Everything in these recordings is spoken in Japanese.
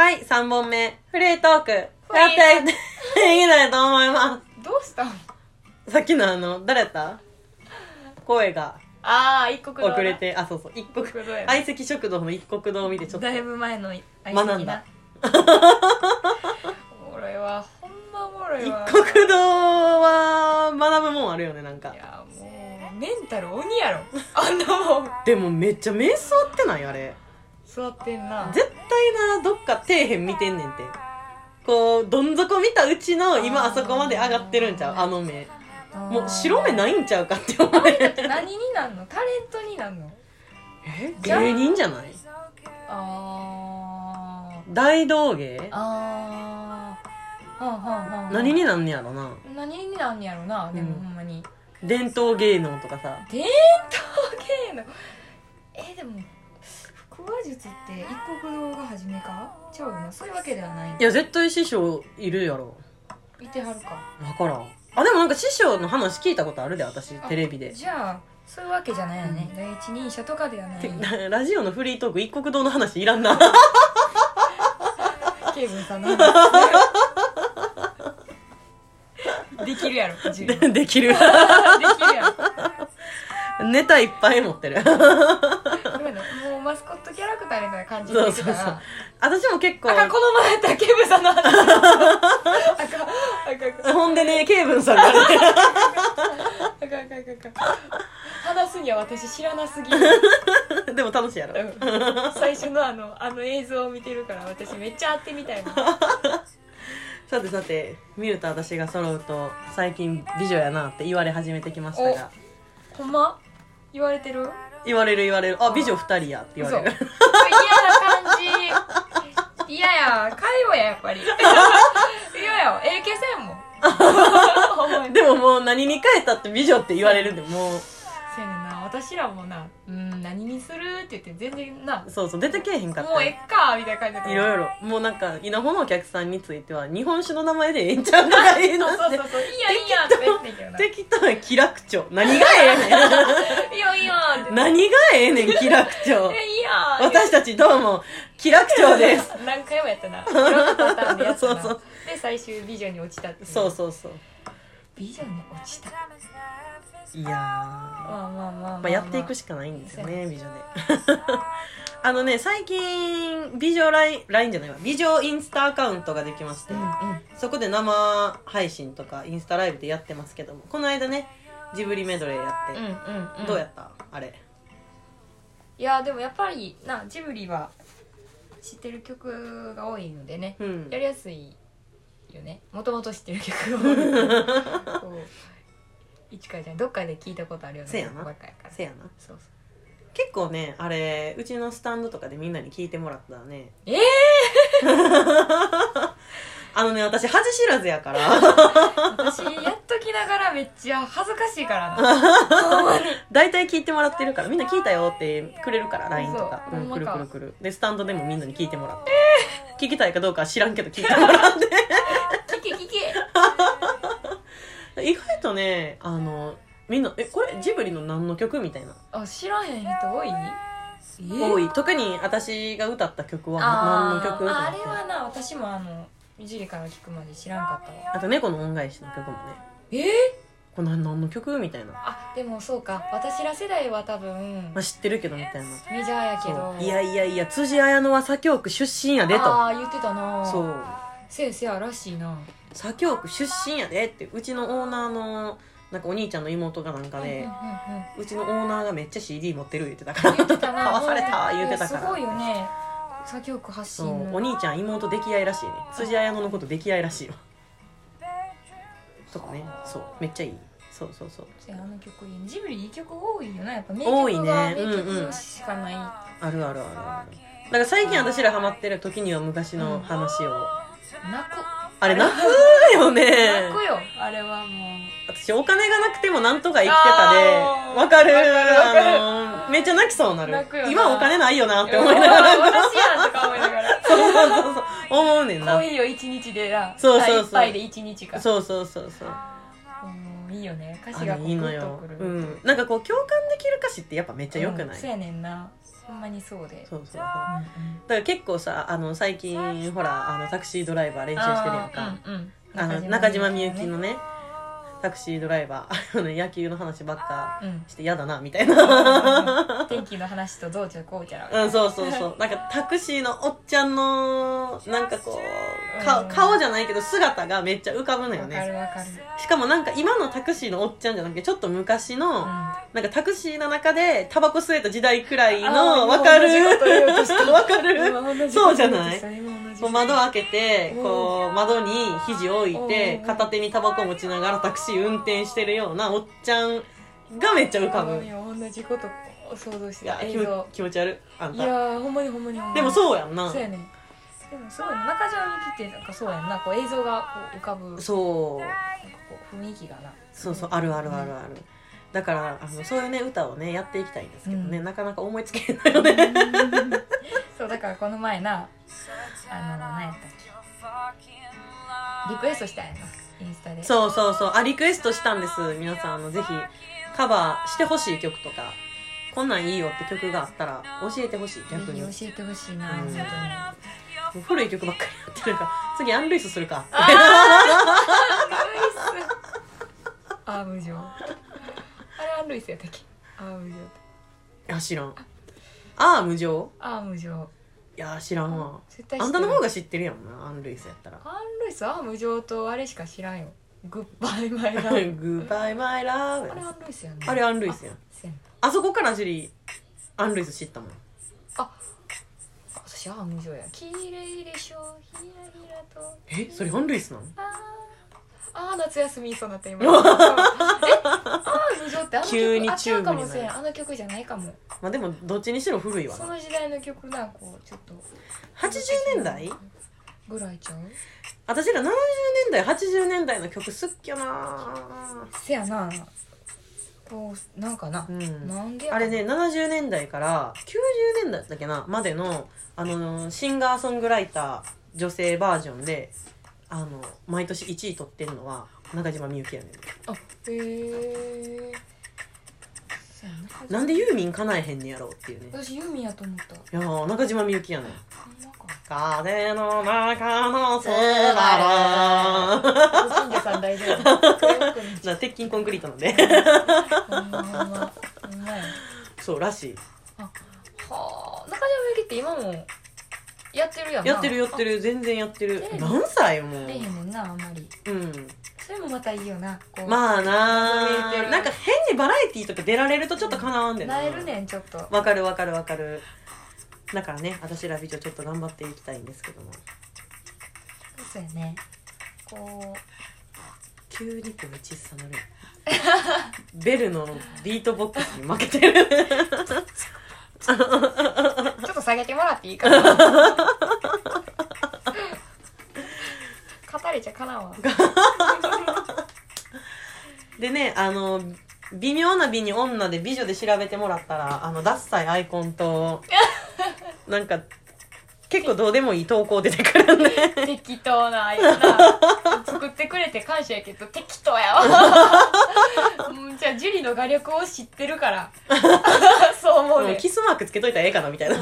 はい、3本目。フリートーク。やっていきたいと思います。 どうしたん？ さっきの、誰やった？声が。 一国堂。 遅れて、そうそう。一国堂。相席食堂の一国堂を見てちょっと。 だいぶ前の学んだ。 俺は、ほんまおもろいわ。 一国堂は学ぶもんあるよね、なんか。 いや、もう、メンタル鬼やろ。あんなもん。 でもめっちゃ目座ってないあれ。 座ってんな。 絶対な、どっか底辺見てんねんて。こう、どん底見たうちの、今あそこまで上がってるんちゃう？あの目。もう白目ないんちゃうかって思う。 何になんの？タレントになんの？ 芸人じゃない？大道芸？何になんねやろな。 何になんねやろな。でもほんまに伝統芸能とかさ。 伝統芸能でも腹話術って一国堂が初めか？ちゃうよな。そういうわけではない。 いや絶対師匠いるやろ。 いてはるか。 わからん。でもなんか師匠の話聞いたことあるで、私テレビで。 じゃあそういうわけじゃないよね。第一人者とかではない。 ラジオのフリートーク一国堂の話いらんな。 ケイブンさんの話できるやろ。できる。 できるやろ。ネタいっぱい持ってる。 もうマスコットキャラクターみたいな感じでそう私も結構この前やったらケイブンさんの話ほんでね、ケイブンさんがね話すには私知らなすぎる。 でも楽しいやろ。 最初のあの映像を見てるから私めっちゃ会ってみたいな。 さてミュウと私が揃うと最近美女やなって言われ始めてきましたが。 ほんま？言われてる？ 言われる。美女2人やって言われる。 嫌な感じ。嫌や。変えようや、やっぱり。嫌や。消せんもん。 でももう何に変えたって美女って言われるんで、もうせやねんな。私らもな、何にするって言って全然な。 そう出てけえへんかった。 もうえっかみたいな感じで。 いろいろもうなんか稲穂のお客さんについては日本酒の名前でええんちゃうとか言い出して、 そういいやって言ってんけどな。 適当な気楽町。何がええねん。 いいやって何がええねん気楽町。 いや私たちどうも気楽町です。 何回もやったな。いろんなパターンでやったな。 そうで最終美女に落ちたって。 そう美女に落ちた。 いやまあやっていくしかないんですよね、美女で。最近美女ラインじゃないわ、美女インスタアカウントができまして、そこで生配信とかインスタライブでやってますけども、この間ねジブリメドレーやって、どうやったあれ？ いやでもやっぱりジブリは知ってる曲が多いのでね、やりやすいよね。もともと知ってる曲が多い。一回じゃんどっかで聞いたことあるよね。 せやな。そう結構ね、あれうちのスタンドとかでみんなに聞いてもらったらね。私恥知らずやから。 私やっときながらめっちゃ恥ずかしいからな。 大体聞いてもらってるから、みんな聞いたよってくれるから LINE とかくるで、スタンドでもみんなに聞いてもらって、聞きたいかどうかは知らんけど聞いてもらって聞け意外とね、みんなこれジブリの何の曲みたいな。 知らへん人多い？ 多い。特に私が歌った曲は何の曲？ あれはな、私もジブリから聞くまで知らんかったわ。 あと猫の恩返しの曲もね。これ何の曲みたいな。 でもそうか、私ら世代は多分、 知ってるけどみたいな。 メジャーやけど。 いや辻彩乃は左京区出身やでと。 言ってたな。そうせやらしいな。 左京区出身やでって。うちのオーナーのなんかお兄ちゃんの妹がなんかで、うちのオーナーがめっちゃ CD 持ってる言ってたから、 言ってたな。 買わされた言ってたから。 すごいよね、左京区発信の。 お兄ちゃん妹溺愛らしいね。辻彩乃のこと溺愛らしいよとかね。そうめっちゃいい。そうあの曲いいね。ジブリいい曲多いよな。やっぱ名曲が名曲しかない。 ある。だから最近私らハマってる時には昔の話を。 泣く。 あれ泣くよね。 泣くよあれはもう。 私お金がなくてもなんとか生きてたで。わかる。めっちゃ泣きそうなる。今お金ないよなって思いながら。 私やんとか思いながら。 そう思うねんな。 コーヒーを1日でな。一杯で1日か。 そういいよね。歌詞がこうグッとくる。 なんかこう共感できる歌詞ってやっぱめっちゃ良くない？ そうやねんな。 ほんまにそうで、 そうだから結構さ最近ほらタクシードライバー練習してるやんか、中島みゆきのねタクシードライバー野球の話ばっかして嫌だなみたいな、 天気の話とどうちゃこうちゃら、 そうなんかタクシーのおっちゃんのなんかこう顔じゃないけど姿がめっちゃ浮かぶのよね。 わかるしかもなんか今のタクシーのおっちゃんじゃなくてちょっと昔の、なんかタクシーの中でタバコ吸えた時代くらいのわかるわかるそうじゃない、こう窓開けてこう窓に肘を置いて片手にタバコ持ちながらタクシー運転してるようなおっちゃんがめっちゃ浮かぶ。 同じことを想像して映像気持ち悪いあんた。 いやほんまにでもそうやんな。 そうやね。でもすごい中島みゆきってなんかそうやんな、こう映像がこう浮かぶ、 そうなんかこう雰囲気がな、 そうある、だからそういうね歌をねやっていきたいんですけどね、なかなか思いつけないよねそうだからこの前な何やったっけ、リクエストしたんやなインスタで。 そうリクエストしたんです。皆さんぜひカバーしてほしい曲とかこんなんいいよって曲があったら教えてほしい。逆にぜひ教えてほしいな、本当にもう古い曲ばっかりやってるから次アン・ルイスするか。 アーム状、あれアン・ルイスやったっけ、アーム状って。 知らん。アーム状、 アーム状、 いや知らんわ。 絶対知ってる。 あんたの方が知ってるやんな、アン・ルイスやったら。 アン・ルイスアーム状とあれしか知らんよ、グッバイマイラブグッバイマイラブ、 あれアン・ルイスやんね。 あれアン・ルイスやん。あそこからジュリーアン・ルイス知ったもん。 私アーム状や。綺麗でしょひらひらと。 それアン・ルイスなの？ 夏休みそうなった今。アーム状ってあの曲急にチューブになる。 あっちゃうかもしれん、あの曲じゃないかも。 まあでもどっちにしろ古いわな。 その時代の曲な、こうちょっと 80年代ぐらいちゃう？ 私ら70年代80年代の曲好っきゃな。 せやな、こうなんかな、なんでやあれね70年代から90年代だっけなまでのシンガーソングライター女性バージョンで毎年1位取ってるのは中島みゆきやねん。なんでユーミン叶えへんねやろうっていうね。 私ユーミンやと思った。 いや中島みゆきやねん。風の中のスバルご近所さん大丈夫鉄筋コンクリートなんでそうらしい。 はあ、中島みゆきって今もやってるやんな。 やってる全然やってる。何歳も出へんねんなあんまり。それもまたいいよな。 まあな、なんか変にバラエティーとか出られるとちょっとかなわんでな。 なえるねんちょっと。 わかる。だからね私ら美女ちょっと頑張っていきたいんですけども。 そうやね。こう急に声小さなるベルのビートボックスに負けてるちょっと下げてもらっていいかな語れちゃかなわでね微妙な美に女で美女で調べてもらったらダッサいアイコンとなんか結構どうでもいい投稿出てくるんで適当なあいつな作ってくれて感謝やけど適当やわじゃあジュリの画力を知ってるからそう思うね。 キスマークつけといたらええかなみたいな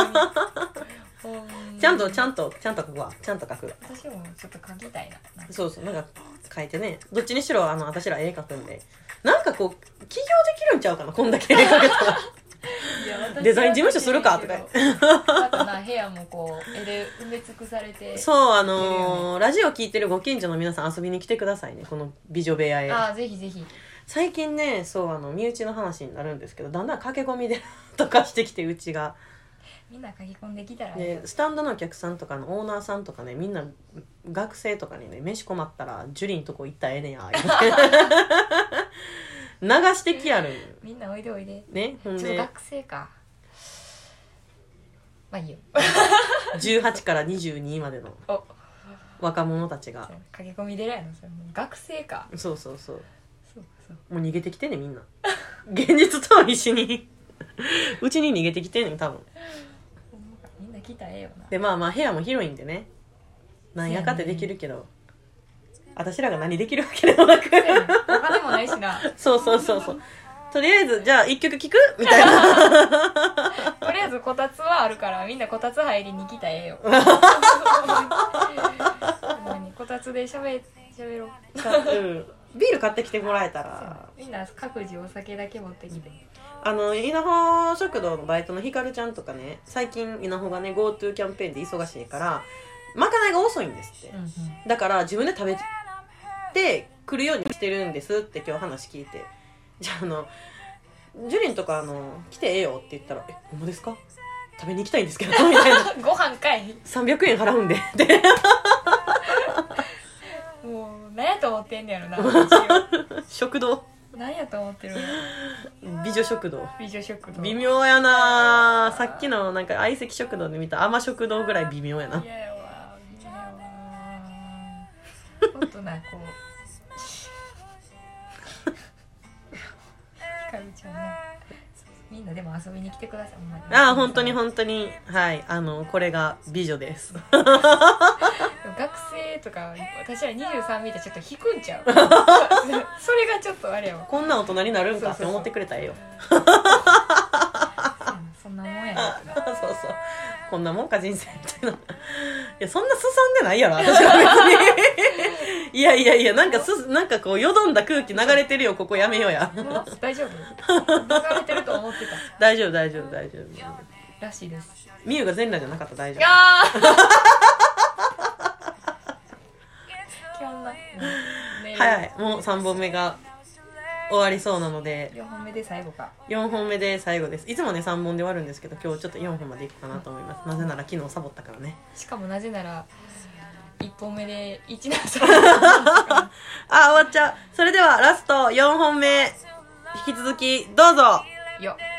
ちゃんと書くわ。ちゃんと書く。 私もちょっと書きたいな。 そうなんか書いてね。どっちにしろ私ら絵描くんでなんかこう起業できるんちゃうかなこんだけ絵描けたらデザイン事務所するかとかまたな部屋もこう絵で埋め尽くされて。 そうラジオ聞いてるご近所の皆さん遊びに来てくださいねこの美女部屋へ。 ぜひぜひ。 最近ねそう身内の話になるんですけどだんだん駆け込みでとかしてきてうちがみんな書き込んできたらね、スタンドのお客さんとかのオーナーさんとかねみんな学生とかにね飯困ったらジュリンとこ行ったらええねや流してきやるみんなおいでおいでね。ほんでちょっと学生かまあいいよ 18から22までの若者たちが駆け込みでらやのそれもう学生か。 そうもう逃げてきてねみんな現実と一緒にうちに逃げてきてんねん多分。 みんな来たらええよな。 でまあ部屋も広いんでねなんやかってできるけど、私らが何できるわけでもなくお金もないしなそうとりあえずじゃあ1曲聴くみたいなとりあえずこたつはあるからみんなこたつ入りに来たらええよこたつでしゃべろう、 ビール買ってきてもらえたらみんな各自お酒だけ持ってきて稲穂食堂のバイトのひかるちゃんとかね最近稲穂がね GoTo キャンペーンで忙しいからまかないが遅いんですって、だから自分で食べて来るようにしてるんですって今日話聞いて、じゃあジュリンとか来てええよって言ったらほんまですか食べに行きたいんですけどみたいなご飯かい 300円払うんでってもう何やと思ってんねやろな食堂何やと思ってるの美女食堂微妙妙やなさっきのなんか相席食堂で見た甘食堂ぐらい微妙やな嫌やわもっとなこうひかるちゃんねみんなでも遊びに来てくださいほんまに本当に本当にはいこれが美女です学生とか私ら23見てちょっと引くんちゃうそれがちょっとあれやわこんな大人になるんかって思ってくれたらええよそんなもんやなそうこんなもんか人生みたいないやそんなすさんでないやろ私は別にいやなんかこうよどんだ空気流れてるよここやめようや大丈夫流れてると思ってた大丈夫らしいですみゆが全裸じゃなかったら大丈夫はいもう3本目が終わりそうなので 4本目で最後か 4本目で最後ですいつもね3本で終わるんですけど今日ちょっと4本までいくかなと思います、なぜなら昨日サボったからねしかもなぜなら1本目で1年終わっちゃうそれではラスト4本目引き続きどうぞよっ